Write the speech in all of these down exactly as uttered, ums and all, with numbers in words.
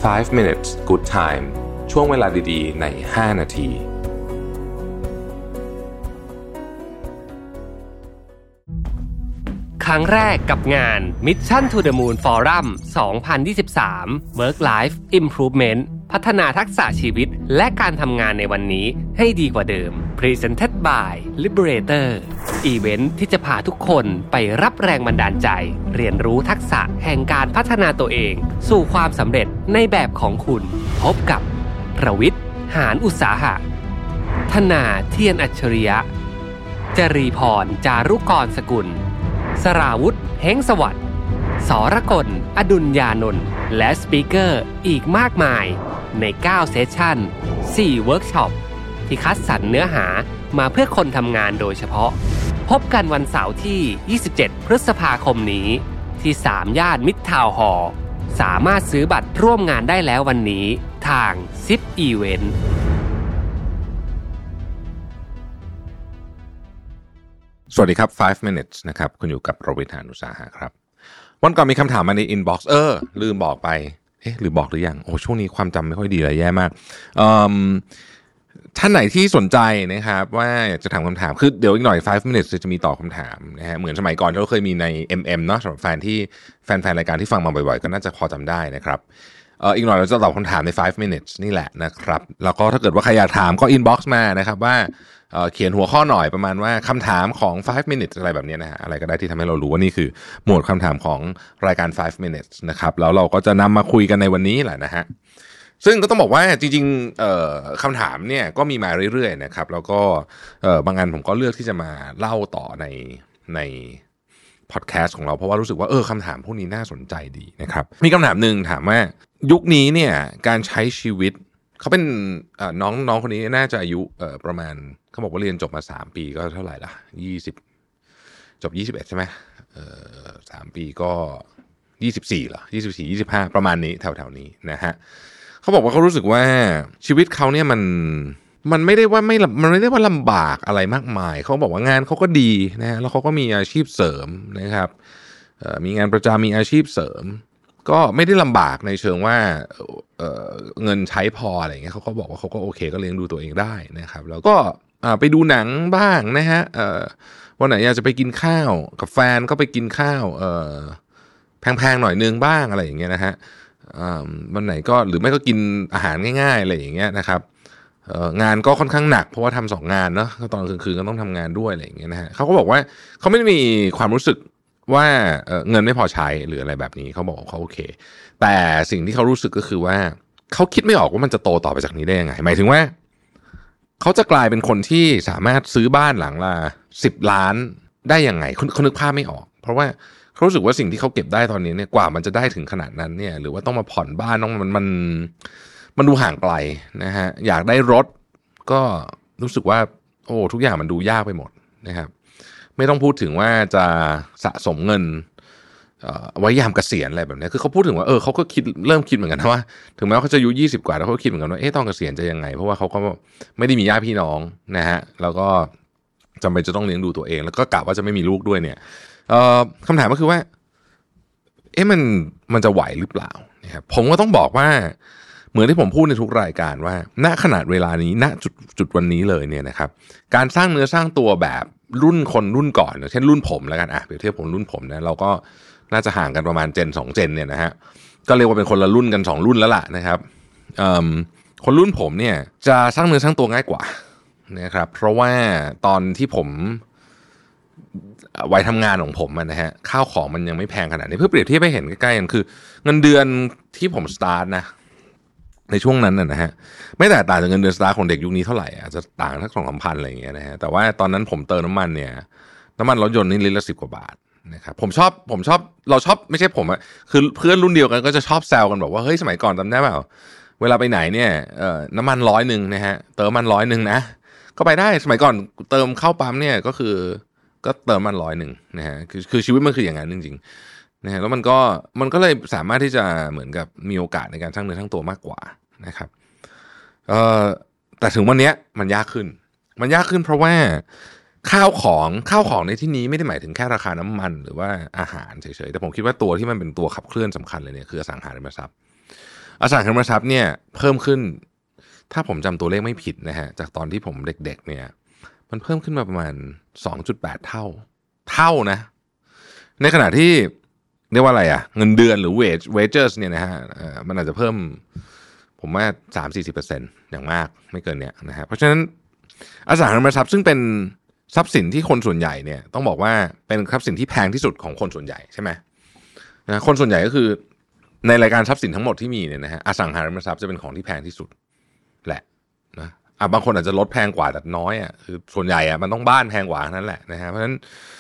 five minutes good time ช่วงเวลาดีๆในห้านาทีครั้งแรกกับงาน Mission to the Moon Forum สองพันยี่สิบสาม Work Life Improvement พัฒนาทักษะชีวิตและการทำงานในวันนี้ให้ดีกว่าเดิม Presented by Liberator อีเวนท์ที่จะพาทุกคนไปรับแรงบันดาลใจเรียนรู้ทักษะแห่งการพัฒนาตัวเองสู่ความสำเร็จในแบบของคุณพบกับประวิทย์ หาญอุตสาหะธนาเทียนอัจฉริยะจรีพรจารุกรสกุลสราวุธเฮงสวัสดิ์สรกลอดุลยานนท์และสปีกเกอร์อีกมากมายในเก้าเซสชั่นสี่เวิร์กช็อปที่คัดสรรเนื้อหามาเพื่อคนทำงานโดยเฉพาะพบกันวันเสาร์ที่ยี่สิบเจ็ดพฤษภาคมนี้ที่สามย่านมิตรทาวน์ฮอลล์สามารถซื้อบัตรร่วมงานได้แล้ววันนี้ทาง ซิป Event สวัสดีครับfive minutes นะครับคุณอยู่กับประวิทย์ หาญอุตสาหะครับวันก่อนมีคำถามมาใน inbox เออลืมบอกไปเอ๊ะหรือบอกหรือยังโอ้ช่วงนี้ความจำไม่ค่อยดีเลยแย่มากท่านไหนที่สนใจนะครับว่าอยากจะถามคำถามคือเดี๋ยวอีกหน่อยfive minutes จะมีตอบคำถามนะฮะเหมือนสมัยก่อนที่เราเคยมีใน เอ็ม เอ็ม เนาะสำหรับแฟนที่แฟนๆรายการที่ฟังมาบ่อยๆก็น่าจะพอจำได้นะครับเอ่ออีกหน่อยเราจะตอบคำถามในfive minutes นี่แหละนะครับแล้วก็ถ้าเกิดว่าใครอยากถามก็ inbox มานะครับว่าเอ่อเขียนหัวข้อหน่อยประมาณว่าคำถามของfive minutes อะไรแบบนี้นะฮะอะไรก็ได้ที่ทำให้เรารู้ว่านี่คือหมวดคำถามของรายการfive minutes นะครับแล้วเราก็จะนำมาคุยกันในวันนี้แหละนะฮะซึ่งก็ต้องบอกว่าจริงๆเอ่อคำถามเนี่ยก็มีมาเรื่อยๆนะครับแล้วก็เอ่อบางงานผมก็เลือกที่จะมาเล่าต่อในในพอดแคสต์ของเราเพราะว่ารู้สึกว่าเออคำถามพวกนี้น่าสนใจดีนะครับมีคำถามนึงถามว่ายุคนี้เนี่ยการใช้ชีวิตเขาเป็นน้องน้องคนนี้น่าจะอายุประมาณเขาบอกว่าเรียนจบมาสามปีก็เท่าไหร่ล่ะยี่สิบจบยี่สิบเอ็ดใช่ไหมเอ่อสามปีก็ยี่สิบสี่เหรอยี่สิบสี่ ยี่สิบห้าประมาณนี้แถวๆนี้นะฮะเขาบอกว่าเขารู้สึกว่าชีวิตเขาเนี่ยมันมันไม่ได้ว่าไม่มันไม่ได้ว่าลำบากอะไรมากมายเขาบอกว่างานเขาก็ดีนะฮะแล้วเขาก็มีอาชีพเสริมนะครับเอ่อมีงานประจำมีอาชีพเสริมก็ไม่ได้ลำบากในเชิงว่า เอ่อ เงินใช้พออะไรอย่างเงี้ยเขาก็บอกว่าเขาก็โอเคก็เลี้ยงดูตัวเองได้นะครับแล้วก็ไปดูหนังบ้างนะฮะวันไหนอยากจะไปกินข้าวกับแฟนก็ไปกินข้าวแพงๆหน่อยนึงบ้างอะไรอย่างเงี้ยนะฮะวันไหนก็หรือไม่ก็กินอาหารง่ายๆอะไรอย่างเงี้ยนะครับงานก็ค่อนข้างหนักเพราะว่าทำสองงานเนาะตอนกลางคืนก็ต้องทำงานด้วยอะไรอย่างเงี้ยนะฮะเขาก็บอกว่าเขาไม่ได้มีความรู้สึกว่าเงินไม่พอใช้หรืออะไรแบบนี้เขาบอกเขาโอเคแต่สิ่งที่เขารู้สึกก็คือว่าเขาคิดไม่ออกว่ามันจะโตต่อไปจากนี้ได้ยังไงหมายถึงว่าเขาจะกลายเป็นคนที่สามารถซื้อบ้านหลังละสิบล้านได้ยังไงเขานึกภาพไม่ออกเพราะว่าเขารู้สึกว่าสิ่งที่เขาเก็บได้ตอนนี้เนี่ยกว่ามันจะได้ถึงขนาดนั้นเนี่ยหรือว่าต้องมาผ่อนบ้านต้องมันมันมันดูห่างไกลนะฮะอยากได้รถก็รู้สึกว่าโอ้ทุกอย่างมันดูยากไปหมดนะครับไม่ต้องพูดถึงว่าจะสะสมเงินไว้ยามเกษียณอะไรแบบนี้คือเขาพูดถึงว่าเออเขาก็คิดเริ่มคิดเหมือนกันนะว่าถึงแม้ว่าเขาจะอายุยี่สิบกว่าแล้วเขาคิดเหมือนกันว่าเอ๊ะตอนเกษียณจะยังไงเพราะว่าเขาก็ไม่ได้มีญาติพี่น้องนะฮะแล้วก็จำเป็นจะต้องเลี้ยงดูตัวเองแล้วก็กะว่าจะไม่มีลูกด้วยเนี่ยคำถามก็คือว่าเอ๊ะมันมันจะไหวหรือเปล่านะครับผมก็ต้องบอกว่าเหมือนที่ผมพูดในทุกรายการว่าณขนาดเวลานี้ณจุดจุดวันนี้เลยเนี่ยนะครับการสร้างเนื้อสร้างตัวแบบรุ่นคนรุ่นก่อนเช่นรุ่นผมแล้วกันอ่ะเปรียบเทียบผมรุ่นผมนะเราก็น่าจะห่างกันประมาณเจนสองเจนเนี่ยนะฮะก็เรียกว่าเป็นคนละรุ่นกันสองรุ่นแล้วล่ะนะครับคนรุ่นผมเนี่ยจะสร้างเนื้อสร้างตัวง่ายกว่านะครับเพราะว่าตอนที่ผมวัยทำงานของผมนะฮะข้าวของมันยังไม่แพงขนาดนี้เพื่อเปรียบเทียบให้เห็นใกล้ๆกันคือเงินเดือนที่ผมสตาร์ทนะในช่วงนั้นนะฮะไม่แตกต่างจากเงินเดือนสตาร์ทของเด็กยุคนี้เท่าไหร่อาจจะต่างทักสองสามพันอะไรอย่างเงี้ยนะฮะแต่ว่าตอนนั้นผมเติมน้ำมันเนี่ยน้ำมันรถยนต์นี่ลิตรละสิบกว่าบาทนะครับผมชอบผมชอบเราชอบไม่ใช่ผมอะคือเพื่อนรุ่นเดียวกันก็จะชอบแซวกันบอกว่าเฮ้ยสมัยก่อนจำได้เปล่าเวลาไปไหนเนี่ยเอ่อน้ำมันร้อยหนึ่งนะฮะเติมมันร้อยหนึ่งนะก็ไปได้สมัยก่อนเติมเข้าปั๊มเนี่ยก็คือก็เติมมันร้อยหนึ่งนะฮะคือคือชีวิตมันคืออย่างนั้นจริงๆนะฮะแล้วมันก็มันก็เลยสามารถที่จะเหมือนกับมีโอกาสในการสร้างเนื้อสร้างตัวมากกว่านะครับเอ่อแต่ถึงวันนี้มันยากขึ้นมันยากขึ้นเพราะว่าข้าวของข้าวของในที่นี้ไม่ได้หมายถึงแค่ราคาน้ำมันหรือว่าอาหารเฉยๆแต่ผมคิดว่าตัวที่มันเป็นตัวขับเคลื่อนสำคัญเลยเนี่ยคืออสังหาริมทรัพย์อสังหาริมทรัพย์เนี่ยเพิ่มขึ้นถ้าผมจำตัวเลขไม่ผิดนะฮะจากตอนที่ผมเด็กๆเนี่ยมันเพิ่มขึ้นมาประมาณ สองจุดแปด เท่าเท่านะในขณะที่เรียกว่าอะไรอ่ะเงินเดือนหรือ wage wages เนี่ยนะฮะมันอาจจะเพิ่มผมว่า สามถึงสี่สิบเปอร์เซ็นต์ อย่างมากไม่เกินเนี้ยนะฮะเพราะฉะนั้นอสังหาริมทรัพย์ซึ่งเป็นทรัพย์สินที่คนส่วนใหญ่เนี่ยต้องบอกว่าเป็นทรัพย์สินที่แพงที่สุดของคนส่วนใหญ่ใช่ไหมนะคนส่วนใหญ่ก็คือในรายการทรัพย์สินทั้งหมดที่มีเนี่ยนะฮะอสังหาริมทรัพย์จะเป็นของที่แพงที่สุดแหละนะอ่ะบางคนอาจจะลดแพงกว่าแต่น้อยอ่ะคือส่วนใหญ่อ่ะมันต้องบ้านแพงกว่านั่นแหละนะฮะเพราะฉะนั้น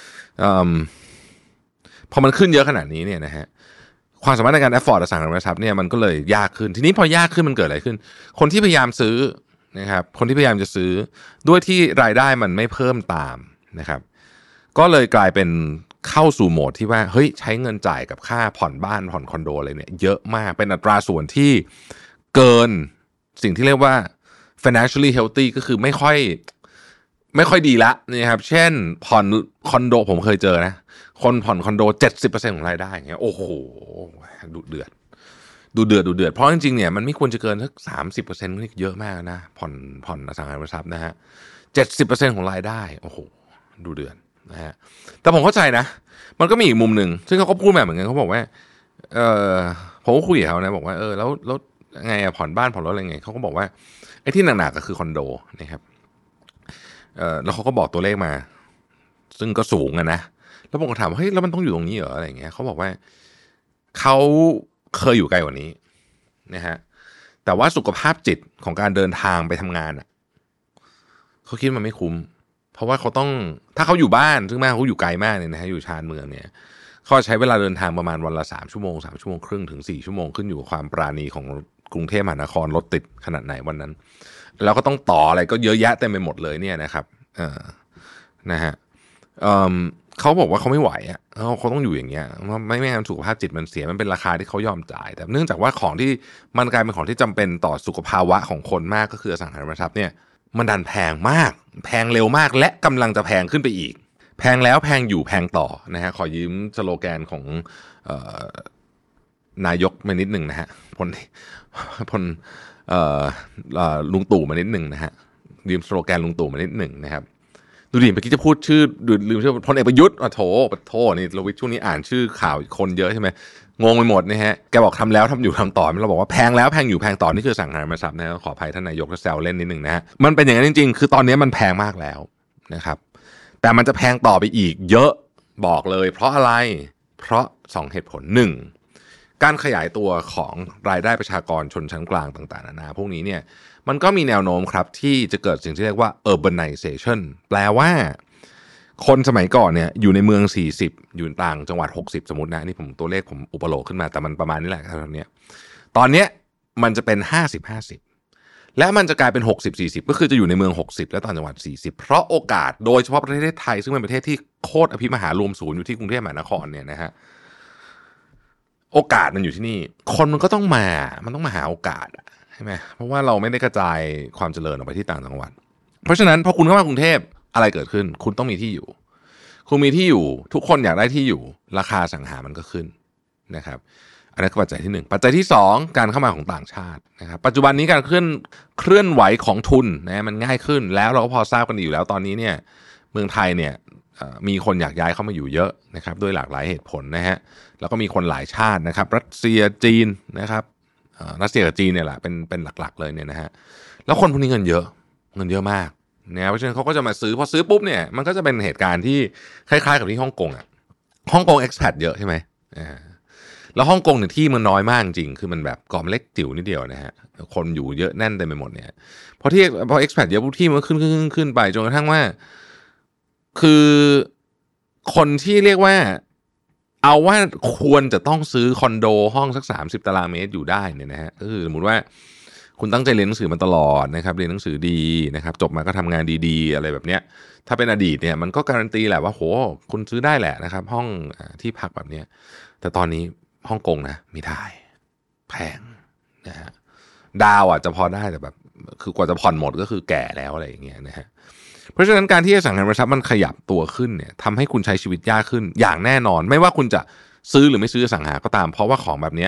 พอมันขึ้นเยอะขนาดนี้เนี่ยนะฮะความสามารถในการ afford อสังหาริมทรัพย์เนี่ยมันก็เลยยากขึ้นทีนี้พอยากขึ้นมันเกิดอะไรขึ้นคนที่พยายามซื้อนะครับคนที่พยายามจะซื้อด้วยที่รายได้มันไม่เพิ่มตามนะครับก็เลยกลายเป็นเข้าสู่โหมดที่ว่าเฮ้ยใช้เงินจ่ายกับค่าผ่อนบ้านผ่อนคอนโดอะไรเนี่ยเยอะมากเป็นอัตราส่วนที่เกินสิ่งที่เรียกว่า financially healthy ก็คือไม่ค่อยไม่ค่อยดีละนะครับเช่นผ่อนคอนโดผมเคยเจอนะคนผ่อนคอนโด เจ็ดสิบเปอร์เซ็นต์ ของรายได้อย่างเงี้ยโอ้โหดุเดือดดูเดือดดูเดือดเพราะจริงๆเนี่ยมันไม่ควรจะเกินสัก สามสิบเปอร์เซ็นต์ นี่เยอะมากนะผ่อนผ่อนอสังหาริมทรัพย์นะฮะ เจ็ดสิบเปอร์เซ็นต์ ของรายได้โอ้โหดูเดือดนะฮะแต่ผมเข้าใจนะมันก็มีอีกมุมนึงซึ่งเขาก็พูดแบบเหมือนกันเขาบอกว่าเออผมก็คุยกับเขานะบอกว่าเออแล้วแล้วไงอะผ่อนบ้านผ่อนรถอะไรไงเขาก็บอกว่าไอ้ที่หนักๆก็คือคอนโดนะครับเออแล้วเขาก็บอกตัวเลขมาซึ่งก็สูงอะนะแล้วผมก็ถามว่าเฮ้ยแล้วมันต้องอยู่ตรงนี้เหรออะไรอย่างเงี้ยเขาบอกว่าเขาเคยอยู่ไกลกว่านี้นะฮะแต่ว่าสุขภาพจิตของการเดินทางไปทำงานอ่ะเขาคิดมันไม่คุ้มเพราะว่าเขาต้องถ้าเขาอยู่บ้านซึ่งแม่เขาอยู่ไกลมากเนี่ยนะฮะอยู่ชานเมืองเนี่ยเขาใช้เวลาเดินทางประมาณวันละสามชั่วโมงสามชั่วโมงครึ่งถึงสี่ชั่วโมงขึ้นอยู่กับความปราณีของกรุงเทพมหานครรถติดขนาดไหนวันนั้นแล้วก็ต้องต่ออะไรก็เยอะแยะเต็มไปหมดเลยเนี่ยนะครับเออนะฮะเออเขาบอกว่าเขาไม่ไหวอ่ะเขาเขาต้องอยู่อย่างเงี้ยไม่ไม่งั้นสุขภาพจิตมันเสียมันเป็นราคาที่เขายอมจ่ายแต่เนื่องจากว่าของที่มันกลายเป็นของที่จำเป็นต่อสุขภาวะของคนมากก็คืออสังหาริมทรัพย์เนี่ยมันดันแพงมากแพงเร็วมากและกำลังจะแพงขึ้นไปอีกแพงแล้วแพงอยู่แพงต่อนะฮะขอยืมสโลแกนของเอ่อนายกมานิดหนึ่งนะฮะพลพลเอ่อลุงตู่มานิดหนึ่งนะฮะยืมสโลแกนลุงตู่มานิดหนึ่งนะครับดูดิเมื่อกี้จะพูดชื่อลืมชื่อพลเอกประยุทธ์อ่ะโถปะโถนี่เราวิช่วงนี้อ่านชื่อข่าวคนเยอะใช่ไหมงงไปหมดนะฮะแกบอกทำแล้วทำอยู่ทำต่อเราบอกว่าแพงแล้วแพงอยู่แพงต่อนี่คืออสังหาริมทรัพย์นะขออภัยท่านนายกแซวเล่นนิดหนึ่งนะฮะมันเป็นอย่างนั้นจริงๆคือตอนนี้มันแพงมากแล้วนะครับแต่มันจะแพงต่อไปอีกเยอะบอกเลยเพราะอะไรเพราะสองเหตุผลหนึ่งการขยายตัวของรายได้ประชากรชนชั้นกลางต่างๆนานาพวกนี้เนี่ยมันก็มีแนวโน้มครับที่จะเกิดสิ่งที่เรียกว่า urbanization แปลว่าคนสมัยก่อนเนี่ยอยู่ในเมืองสี่สิบอยู่ต่างจังหวัดหกสิบสมมุตินะนี่ผมตัวเลขผมอุปโลกขึ้นมาแต่มันประมาณนี้แหละครับเนี้ยตอนเนี้ยมันจะเป็นห้าสิบ ห้าสิบและมันจะกลายเป็นหกสิบ สี่สิบก็คือจะอยู่ในเมืองหกสิบและต่างจังหวัดสี่สิบเพราะโอกาสโดยเฉพาะประเทศไทยซึ่งเป็นประเทศที่โคตรอภิมหารวมศูนย์อยู่ที่กรุงเทพมหานครเนี่ยนะฮะโอกาสมันอยู่ที่นี่คนมันก็ต้องมามันต้องมาหาโอกาสใช่ไหมเพราะว่าเราไม่ได้กระจายความเจริญออกไปที่ต่างจังหวัดเพราะฉะนั้นพอคุณเข้ามากรุงเทพอะไรเกิดขึ้นคุณต้องมีที่อยู่คุณมีที่อยู่ทุกคนอยากได้ที่อยู่ราคาสังหามันก็ขึ้นนะครับอันนั้นคือปัจจัยที่หนึ่งปัจจัยที่สองการเข้ามาของต่างชาตินะครับปัจจุบันนี้การเคลื่อนเคลื่อนไหวของทุนนะมันง่ายขึ้นแล้วเราก็พอทราบกันอยู่แล้วตอนนี้เนี่ยเมืองไทยเนี่ยมีคนอยากย้ายเข้ามาอยู่เยอะนะครับด้วยหลากหลายเหตุผลนะฮะแล้วก็มีคนหลายชาตินะครับรัสเซียจีนนะครับรัสเซียกับจีนเนี่ยแหละเป็นเป็นหลักๆเลยเนี่ยนะฮะแล้วคนพวกนี้เงินเยอะเงินเยอะมากนะเพราะฉะนั้นเขาก็จะมาซื้อพอซื้อปุ๊บเนี่ยมันก็จะเป็นเหตุการณ์ที่คล้ายๆกับที่ฮ่องกงอ่ะฮ่องกง expat เยอะใช่ไหมอ่าแล้วฮ่องกงเนี่ยที่มันน้อยมากจริงคือมันแบบกอมเล็กจิ๋วนิดเดียวนะฮะคนอยู่เยอะแน่นเต็มไปหมดเนี่ยพอที่พอ expat เยอะปุ๊บที่มันขึ้นขึ้นขึ้นไปจนกระทั่งว่าคือคนที่เรียกว่าเอาว่าควรจะต้องซื้อคอนโดห้องสักสามสิบตารางเมตรอยู่ได้เนี่ยนะฮะก็คือสมมุติว่าคุณตั้งใจเรียนหนังสือมาตลอดนะครับเรียนหนังสือดีนะครับจบมาก็ทำงานดีๆอะไรแบบเนี้ยถ้าเป็นอดีตเนี่ยมันก็การันตีแหละว่าโหคุณซื้อได้แหละนะครับห้องที่พักแบบเนี้ยแต่ตอนนี้ฮ่องกงนะไม่ได้แพงนะฮะดาวอ่ะจะพอได้แต่แบบคือกว่าจะผ่อนหมดก็คือแก่แล้วอะไรอย่างเงี้ยนะฮะเพราะฉะนั้นการที่อสังหาริมทรัพย์มันขยับตัวขึ้นเนี่ยทำให้คุณใช้ชีวิตยากขึ้นอย่างแน่นอนไม่ว่าคุณจะซื้อหรือไม่ซื้ออสังหาก็ตามเพราะว่าของแบบนี้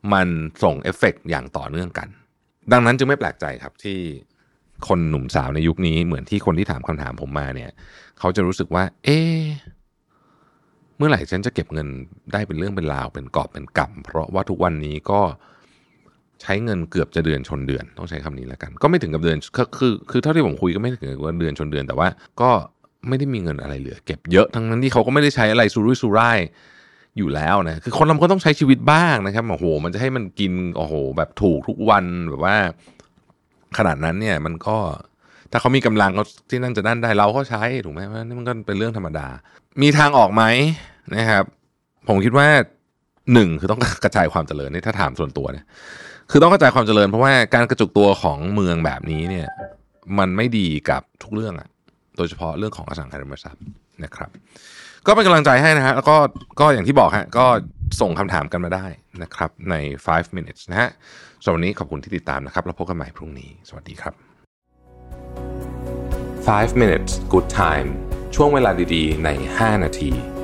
มันส่งเอฟเฟกต์อย่างต่อเนื่องกันดังนั้นจึงไม่แปลกใจครับที่คนหนุ่มสาวในยุคนี้เหมือนที่คนที่ถามคำถามผมมาเนี่ยเขาจะรู้สึกว่าเอ๊ะเมื่อไหร่ฉันจะเก็บเงินได้เป็นเรื่องเป็นราวเป็นกอบเป็นกำเพราะว่าทุกวันนี้ก็ใช้เงินเกือบจะเดือนชนเดือนต้องใช้คำนี้แล้วกันก็ไม่ถึงกับเดือนคือคือคือเท่าที่ผมคุยก็ไม่ถึงกับเดือนชนเดือนแต่ว่าก็ไม่ได้มีเงินอะไรเหลือเก็บเยอะทั้งนั้นที่เขาก็ไม่ได้ใช้อะไรสุรุ่ยสุร่ายอยู่แล้วนะคือคนเราก็ต้องใช้ชีวิตบ้างนะครับโอ้โหมันจะให้มันกินโอ้โหแบบถูกทุกวันแบบว่าขนาดนั้นเนี่ยมันก็ถ้าเขามีกำลังเขาที่นั่นจะนั่นได้เราก็ใช้ถูกไหมว่านี่มันก็เป็นเรื่องธรรมดามีทางออกไหมนะครับผมคิดว่าหนึ่งคือต้องกระจายความเจริญนี่ถ้าถามส่วนตัวเนี่ยคือต้องกระจายความเจริญเพราะว่าการกระจุกตัวของเมืองแบบนี้เนี่ยมันไม่ดีกับทุกเรื่องอ่ะโดยเฉพาะเรื่องของอสังหาริมทรัพย์นะครับก็เป็นกำลังใจให้นะฮะแล้วก็ก็อย่างที่บอกฮะก็ส่งคำถามกันมาได้นะครับในfive minutes นะฮะสำหรับวันนี้ขอบคุณที่ติดตามนะครับแล้วพบกันใหม่พรุ่งนี้สวัสดีครับfive minutes good time ช่วงเวลาดีๆในห้านาที